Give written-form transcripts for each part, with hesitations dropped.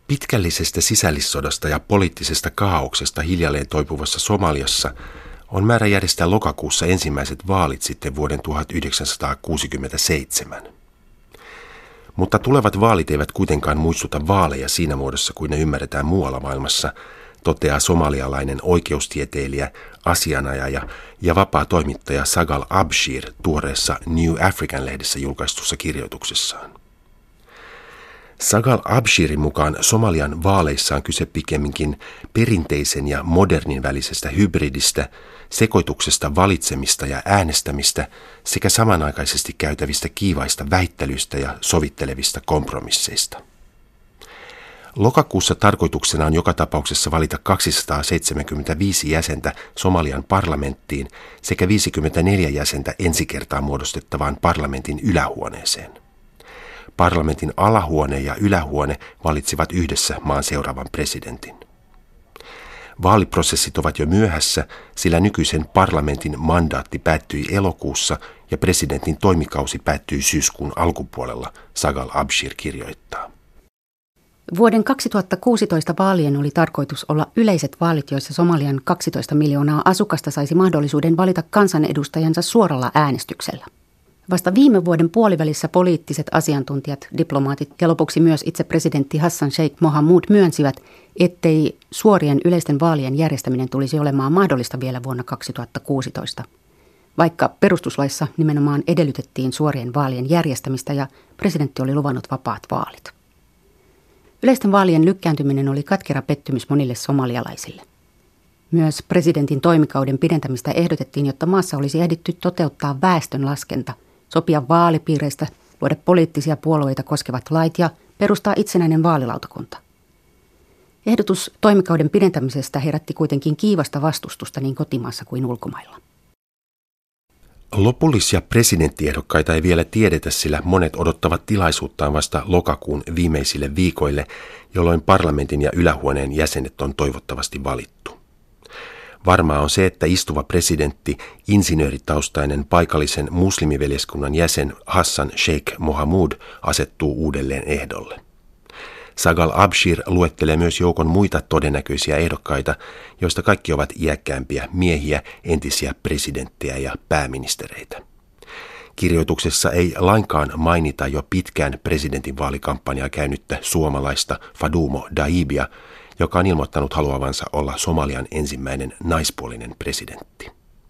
Pitkällisestä sisällissodasta ja poliittisesta kaauksesta hiljalleen toipuvassa Somaliassa on määrä järjestää lokakuussa ensimmäiset vaalit sitten vuoden 1967. Mutta tulevat vaalit eivät kuitenkaan muistuta vaaleja siinä muodossa kuin ne ymmärretään muualla maailmassa, toteaa somalialainen oikeustieteilijä, asianajaja ja vapaa toimittaja Sagal Abshir tuoreessa New African-lehdessä julkaistussa kirjoituksessaan. Sagal Abshirin mukaan Somalian vaaleissa on kyse pikemminkin perinteisen ja modernin välisestä hybridistä, sekoituksesta valitsemista ja äänestämistä sekä samanaikaisesti käytävistä kiivaista väittelyistä ja sovittelevista kompromisseista. Lokakuussa tarkoituksena on joka tapauksessa valita 275 jäsentä Somalian parlamenttiin sekä 54 jäsentä ensi kertaa muodostettavaan parlamentin ylähuoneeseen. Parlamentin alahuone ja ylähuone valitsivat yhdessä maan seuraavan presidentin. Vaaliprosessit ovat jo myöhässä, sillä nykyisen parlamentin mandaatti päättyi elokuussa ja presidentin toimikausi päättyi syyskuun alkupuolella, Sagal Abshir kirjoittaa. Vuoden 2016 vaalien oli tarkoitus olla yleiset vaalit, joissa Somalian 12 miljoonaa asukasta saisi mahdollisuuden valita kansanedustajansa suoralla äänestyksellä. Vasta viime vuoden puolivälissä poliittiset asiantuntijat, diplomaatit ja lopuksi myös itse presidentti Hassan Sheikh Mohamud myönsivät, ettei suorien yleisten vaalien järjestäminen tulisi olemaan mahdollista vielä vuonna 2016. Vaikka perustuslaissa nimenomaan edellytettiin suorien vaalien järjestämistä ja presidentti oli luvannut vapaat vaalit. Yleisten vaalien lykkääntyminen oli katkera pettymys monille somalialaisille. Myös presidentin toimikauden pidentämistä ehdotettiin, jotta maassa olisi ehditty toteuttaa väestönlaskenta, sopia vaalipiireistä, luoda poliittisia puolueita koskevat lait ja perustaa itsenäinen vaalilautakunta. Ehdotus toimikauden pidentämisestä herätti kuitenkin kiivasta vastustusta niin kotimaassa kuin ulkomailla. Lopullisia presidenttiehdokkaita ei vielä tiedetä, sillä monet odottavat tilaisuuttaan vasta lokakuun viimeisille viikoille, jolloin parlamentin ja ylähuoneen jäsenet on toivottavasti valittu. Varmaa on se, että istuva presidentti, insinööritaustainen paikallisen muslimiveljeskunnan jäsen Hassan Sheikh Mohamud asettuu uudelleen ehdolle. Sagal Abshir luettelee myös joukon muita todennäköisiä ehdokkaita, joista kaikki ovat iäkkäämpiä miehiä, entisiä presidenttejä ja pääministereitä. Kirjoituksessa ei lainkaan mainita jo pitkään presidentinvaalikampanjaa käynyttä suomalaista Fadumo Daibia, joka on ilmoittanut haluavansa olla Somalian ensimmäinen naispuolinen presidentti.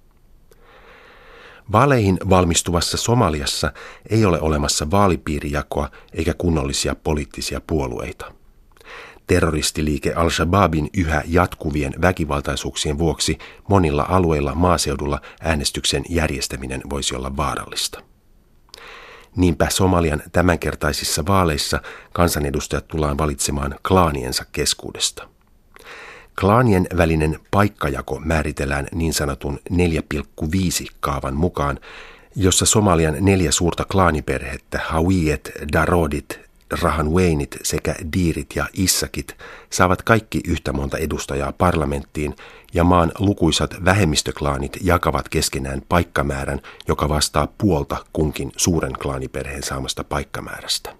Vaaleihin valmistuvassa Somaliassa ei ole olemassa vaalipiirijakoa eikä kunnollisia poliittisia puolueita. Terroristiliike Al-Shabaabin yhä jatkuvien väkivaltaisuuksien vuoksi monilla alueilla maaseudulla äänestyksen järjestäminen voisi olla vaarallista. Niinpä Somalian tämänkertaisissa vaaleissa kansanedustajat tullaan valitsemaan klaaniensa keskuudesta. Klaanien välinen paikkajako määritellään niin sanotun 4,5-kaavan mukaan, jossa Somalian 4 suurta klaaniperhettä, Hawiyet, Darodit, Rahanweynit sekä Diirit ja Issakit saavat kaikki yhtä monta edustajaa parlamenttiin ja maan lukuisat vähemmistöklaanit jakavat keskenään paikkamäärän, joka vastaa puolta kunkin suuren klaaniperheen saamasta paikkamäärästä.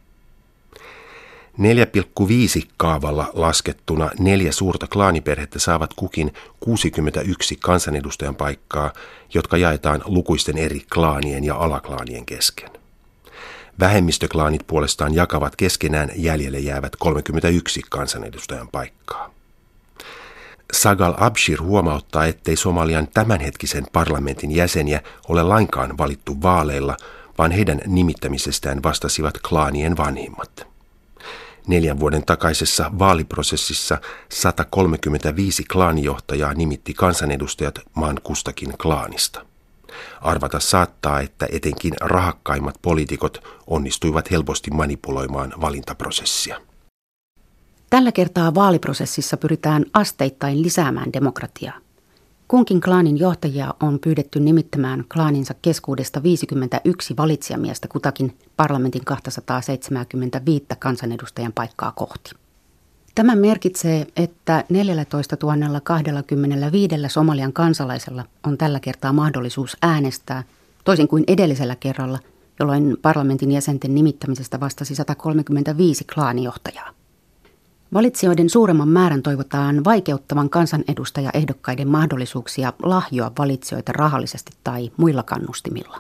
4,5 kaavalla laskettuna 4 suurta klaaniperhettä saavat kukin 61 kansanedustajan paikkaa, jotka jaetaan lukuisten eri klaanien ja alaklaanien kesken. Vähemmistöklaanit puolestaan jakavat keskenään jäljelle jäävät 31 kansanedustajan paikkaa. Sagal Abshir huomauttaa, ettei Somalian tämänhetkisen parlamentin jäseniä ole lainkaan valittu vaaleilla, vaan heidän nimittämisestään vastasivat klaanien vanhimmat. 4 vuoden takaisessa vaaliprosessissa 135 klaanijohtajaa nimitti kansanedustajat maan kustakin klaanista. Arvata saattaa, että etenkin rahakkaimmat poliitikot onnistuivat helposti manipuloimaan valintaprosessia. Tällä kertaa vaaliprosessissa pyritään asteittain lisäämään demokratiaa. Kunkin klaanin johtajia on pyydetty nimittämään klaaninsa keskuudesta 51 valitsijamiestä kutakin parlamentin 275 kansanedustajan paikkaa kohti. Tämä merkitsee, että 14 025 Somalian kansalaisella on tällä kertaa mahdollisuus äänestää, toisin kuin edellisellä kerralla, jolloin parlamentin jäsenten nimittämisestä vastasi 135 klaanijohtajaa. Valitsijoiden suuremman määrän toivotaan vaikeuttavan kansanedustajaehdokkaiden mahdollisuuksia lahjoa valitsijoita rahallisesti tai muilla kannustimilla.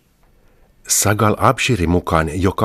Sagal Abshirin mukaan jo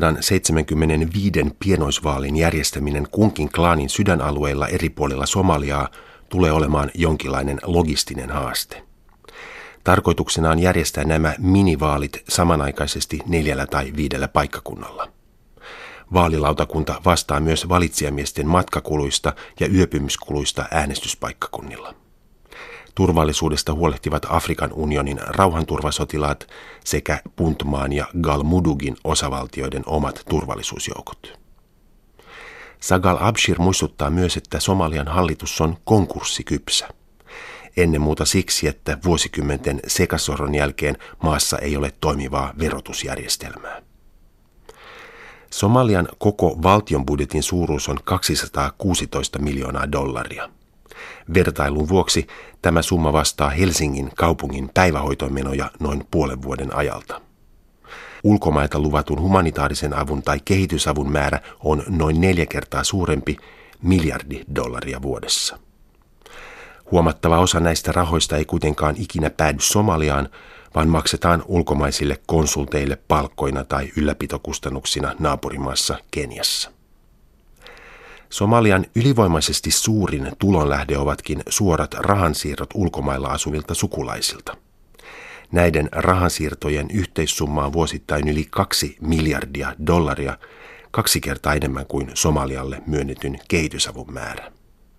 275 pienoisvaalin järjestäminen kunkin klaanin sydänalueilla eri puolilla Somaliaa tulee olemaan jonkinlainen logistinen haaste. Tarkoituksena on järjestää nämä minivaalit samanaikaisesti 4 tai 5 paikkakunnalla. Vaalilautakunta vastaa myös valitsijamiesten matkakuluista ja yöpymiskuluista äänestyspaikkakunnilla. Turvallisuudesta huolehtivat Afrikan unionin rauhanturvasotilaat sekä Puntmaan ja Galmudugin osavaltioiden omat turvallisuusjoukot. Sagal Abshir muistuttaa myös, että Somalian hallitus on konkurssikypsä. Ennen muuta siksi, että vuosikymmenten sekasorron jälkeen maassa ei ole toimivaa verotusjärjestelmää. Somalian koko valtion budjetin suuruus on $216 miljoonaa. Vertailun vuoksi tämä summa vastaa Helsingin kaupungin päivähoitomenoja noin puolen vuoden ajalta. Ulkomailta luvatun humanitaarisen avun tai kehitysavun määrä on noin 4 kertaa suurempi, $1 miljardi vuodessa. Huomattava osa näistä rahoista ei kuitenkaan ikinä päädy Somaliaan, vaan maksetaan ulkomaisille konsulteille palkkoina tai ylläpitokustannuksina naapurimaassa Keniassa. Somalian ylivoimaisesti suurin tulonlähde ovatkin suorat rahansiirrot ulkomailla asuvilta sukulaisilta. Näiden rahansiirtojen yhteissumma on vuosittain yli $2 miljardia, 2 kertaa enemmän kuin Somalialle myönnetyn kehitysavun määrä.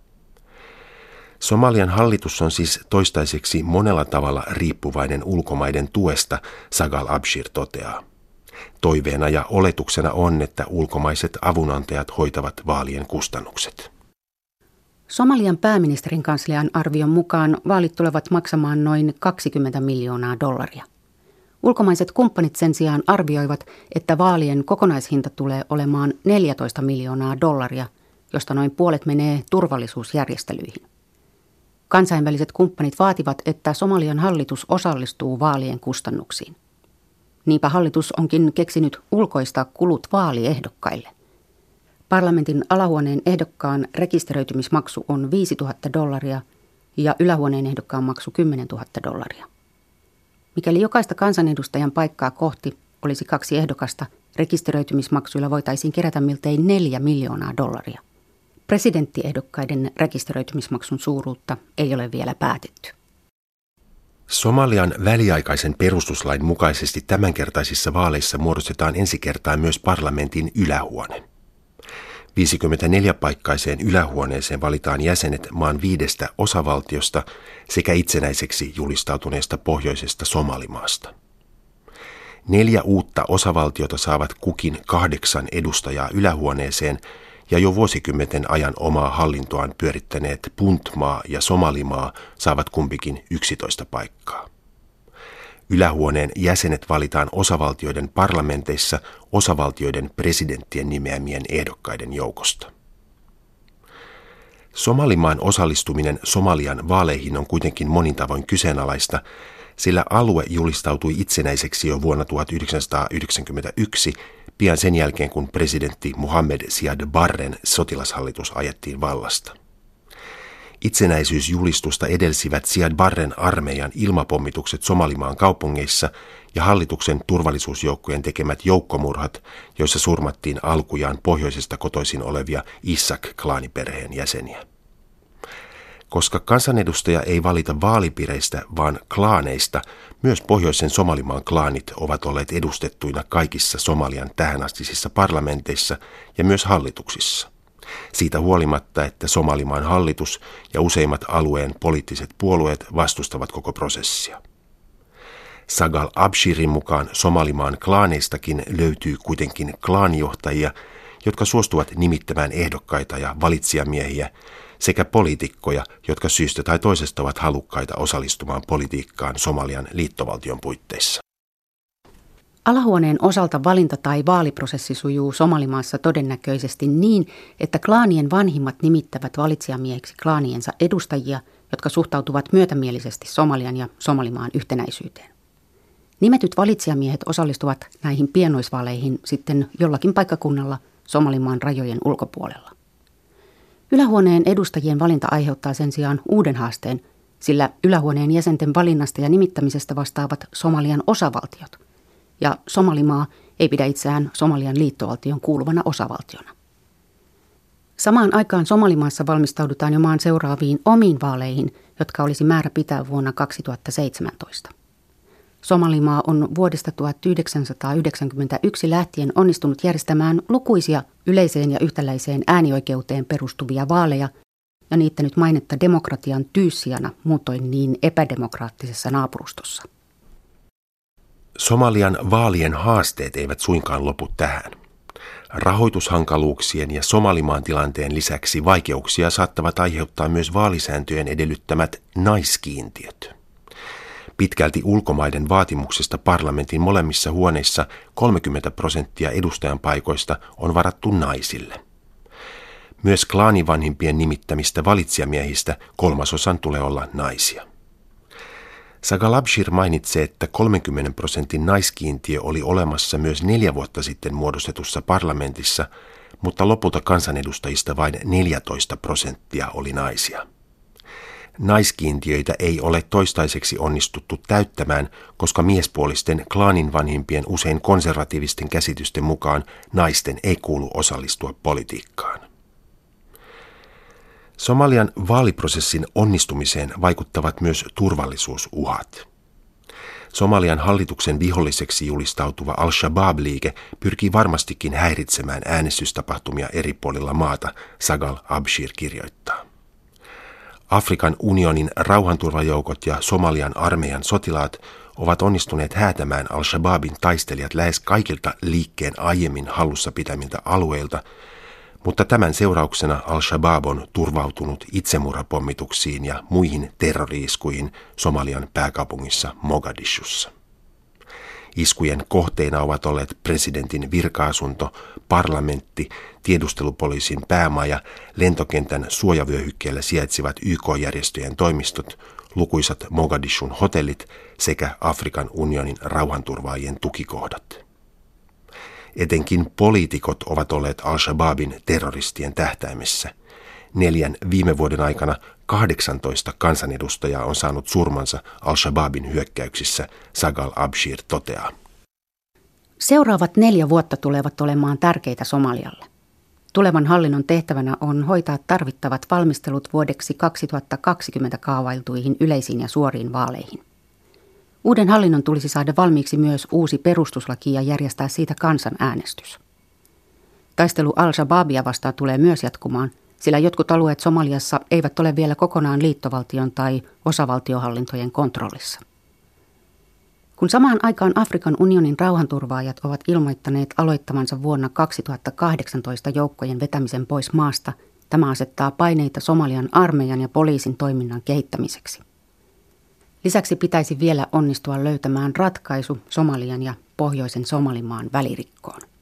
Somalian hallitus on siis toistaiseksi monella tavalla riippuvainen ulkomaiden tuesta, Sagal Abshir toteaa. Toiveena ja oletuksena on, että ulkomaiset avunantajat hoitavat vaalien kustannukset. Somalian pääministerin kanslian arvion mukaan vaalit tulevat maksamaan noin $20 miljoonaa. Ulkomaiset kumppanit sen sijaan arvioivat, että vaalien kokonaishinta tulee olemaan $14 miljoonaa, josta noin puolet menee turvallisuusjärjestelyihin. Kansainväliset kumppanit vaativat, että Somalian hallitus osallistuu vaalien kustannuksiin. Niinpä hallitus onkin keksinyt ulkoista kulut vaaliehdokkaille. Parlamentin alahuoneen ehdokkaan rekisteröitymismaksu on $5,000 ja ylähuoneen ehdokkaan maksu $10,000. Mikäli jokaista kansanedustajan paikkaa kohti olisi 2 ehdokasta, rekisteröitymismaksuilla voitaisiin kerätä miltei $4 miljoonaa. Presidenttiehdokkaiden rekisteröitymismaksun suuruutta ei ole vielä päätetty. Somalian väliaikaisen perustuslain mukaisesti tämänkertaisissa vaaleissa muodostetaan ensi kertaa myös parlamentin ylähuone. 54-paikkaiseen ylähuoneeseen valitaan jäsenet maan 5 osavaltiosta sekä itsenäiseksi julistautuneesta pohjoisesta Somalimaasta. 4 uutta osavaltiota saavat kukin 8 edustajaa ylähuoneeseen ja jo vuosikymmenten ajan omaa hallintoaan pyörittäneet Puntmaa ja Somalimaa saavat kumpikin 11 paikkaa. Ylähuoneen jäsenet valitaan osavaltioiden parlamenteissa osavaltioiden presidenttien nimeämien ehdokkaiden joukosta. Somalimaan osallistuminen Somalian vaaleihin on kuitenkin monin tavoin kyseenalaista, sillä alue julistautui itsenäiseksi jo vuonna 1991, pian sen jälkeen kun presidentti Mohamed Siad Barren sotilashallitus ajettiin vallasta. Itsenäisyysjulistusta edelsivät Siad Barren armeijan ilmapommitukset Somalimaan kaupungeissa ja hallituksen turvallisuusjoukkojen tekemät joukkomurhat, joissa surmattiin alkujaan pohjoisesta kotoisin olevia Issak-klaaniperheen jäseniä. Koska kansanedustaja ei valita vaalipiireistä, vaan klaaneista, myös pohjoisen Somalimaan klaanit ovat olleet edustettuina kaikissa Somalian tähänastisissa parlamenteissa ja myös hallituksissa. Siitä huolimatta, että Somalimaan hallitus ja useimmat alueen poliittiset puolueet vastustavat koko prosessia. Sagal Abshirin mukaan Somalimaan klaaneistakin löytyy kuitenkin klaanijohtajia, jotka suostuvat nimittämään ehdokkaita ja valitsijamiehiä, sekä poliitikkoja, jotka syystä tai toisesta ovat halukkaita osallistumaan politiikkaan Somalian liittovaltion puitteissa. Alahuoneen osalta valinta- tai vaaliprosessi sujuu Somalimaassa todennäköisesti niin, että klaanien vanhimmat nimittävät valitsijamieheksi klaaniensa edustajia, jotka suhtautuvat myötämielisesti Somalian ja Somalimaan yhtenäisyyteen. Nimetyt valitsijamiehet osallistuvat näihin pienoisvaaleihin sitten jollakin paikkakunnalla Somalimaan rajojen ulkopuolella. Ylähuoneen edustajien valinta aiheuttaa sen sijaan uuden haasteen, sillä ylähuoneen jäsenten valinnasta ja nimittämisestä vastaavat Somalian osavaltiot. Ja Somalimaa ei pidä itseään Somalian liittovaltion kuuluvana osavaltiona. Samaan aikaan Somalimaassa valmistaudutaan jo maan seuraaviin omiin vaaleihin, jotka olisi määrä pitää vuonna 2017. Somalimaa on vuodesta 1991 lähtien onnistunut järjestämään lukuisia yleiseen ja yhtäläiseen äänioikeuteen perustuvia vaaleja ja niittänyt mainetta demokratian tyyssijana muutoin niin epädemokraattisessa naapurustossa. Somalian vaalien haasteet eivät suinkaan lopu tähän. Rahoitushankaluuksien ja Somalimaan tilanteen lisäksi vaikeuksia saattavat aiheuttaa myös vaalisääntöjen edellyttämät naiskiintiöt. Pitkälti ulkomaiden vaatimuksesta parlamentin molemmissa huoneissa 30% edustajan paikoista on varattu naisille. Myös klaanivanhimpien nimittämistä valitsijamiehistä 1/3 tulee olla naisia. Sagal Abshir mainitsee, että 30% naiskiintiö oli olemassa myös 4 vuotta sitten muodostetussa parlamentissa, mutta lopulta kansanedustajista vain 14% oli naisia. Naiskiintiöitä ei ole toistaiseksi onnistuttu täyttämään, koska miespuolisten klaanin vanhimpien usein konservatiivisten käsitysten mukaan naisten ei kuulu osallistua politiikkaan. Somalian vaaliprosessin onnistumiseen vaikuttavat myös turvallisuusuhat. Somalian hallituksen viholliseksi julistautuva Al-Shabaab-liike pyrkii varmastikin häiritsemään äänestystapahtumia eri puolilla maata, Sagal Abshir kirjoittaa. Afrikan unionin rauhanturvajoukot ja Somalian armeijan sotilaat ovat onnistuneet häätämään Al-Shabaabin taistelijat lähes kaikilta liikkeen aiemmin hallussa pitämiltä alueilta, mutta tämän seurauksena Al-Shabaab on turvautunut itsemurhapommituksiin ja muihin terrori-iskuihin Somalian pääkaupungissa Mogadishussa. Iskujen kohteina ovat olleet presidentin virka-asunto, parlamentti, tiedustelupoliisin päämaja, lentokentän suojavyöhykkeellä sijaitsevat YK-järjestöjen toimistot, lukuisat Mogadishun hotellit sekä Afrikan unionin rauhanturvaajien tukikohdat. Etenkin poliitikot ovat olleet Al-Shabaabin terroristien tähtäimessä. 4 viime vuoden aikana 18 kansanedustajaa on saanut surmansa Al-Shabaabin hyökkäyksissä, Sagal Abshir toteaa. Seuraavat 4 vuotta tulevat olemaan tärkeitä Somalialle. Tulevan hallinnon tehtävänä on hoitaa tarvittavat valmistelut vuodeksi 2020 kaavailtuihin yleisiin ja suoriin vaaleihin. Uuden hallinnon tulisi saada valmiiksi myös uusi perustuslaki ja järjestää siitä kansanäänestys. Taistelu Al-Shabaabia vastaan tulee myös jatkumaan, sillä jotkut alueet Somaliassa eivät ole vielä kokonaan liittovaltion tai osavaltiohallintojen kontrollissa. Kun samaan aikaan Afrikan unionin rauhanturvaajat ovat ilmoittaneet aloittavansa vuonna 2018 joukkojen vetämisen pois maasta, tämä asettaa paineita Somalian armeijan ja poliisin toiminnan kehittämiseksi. Lisäksi pitäisi vielä onnistua löytämään ratkaisu Somalian ja pohjoisen Somalimaan välirikkoon.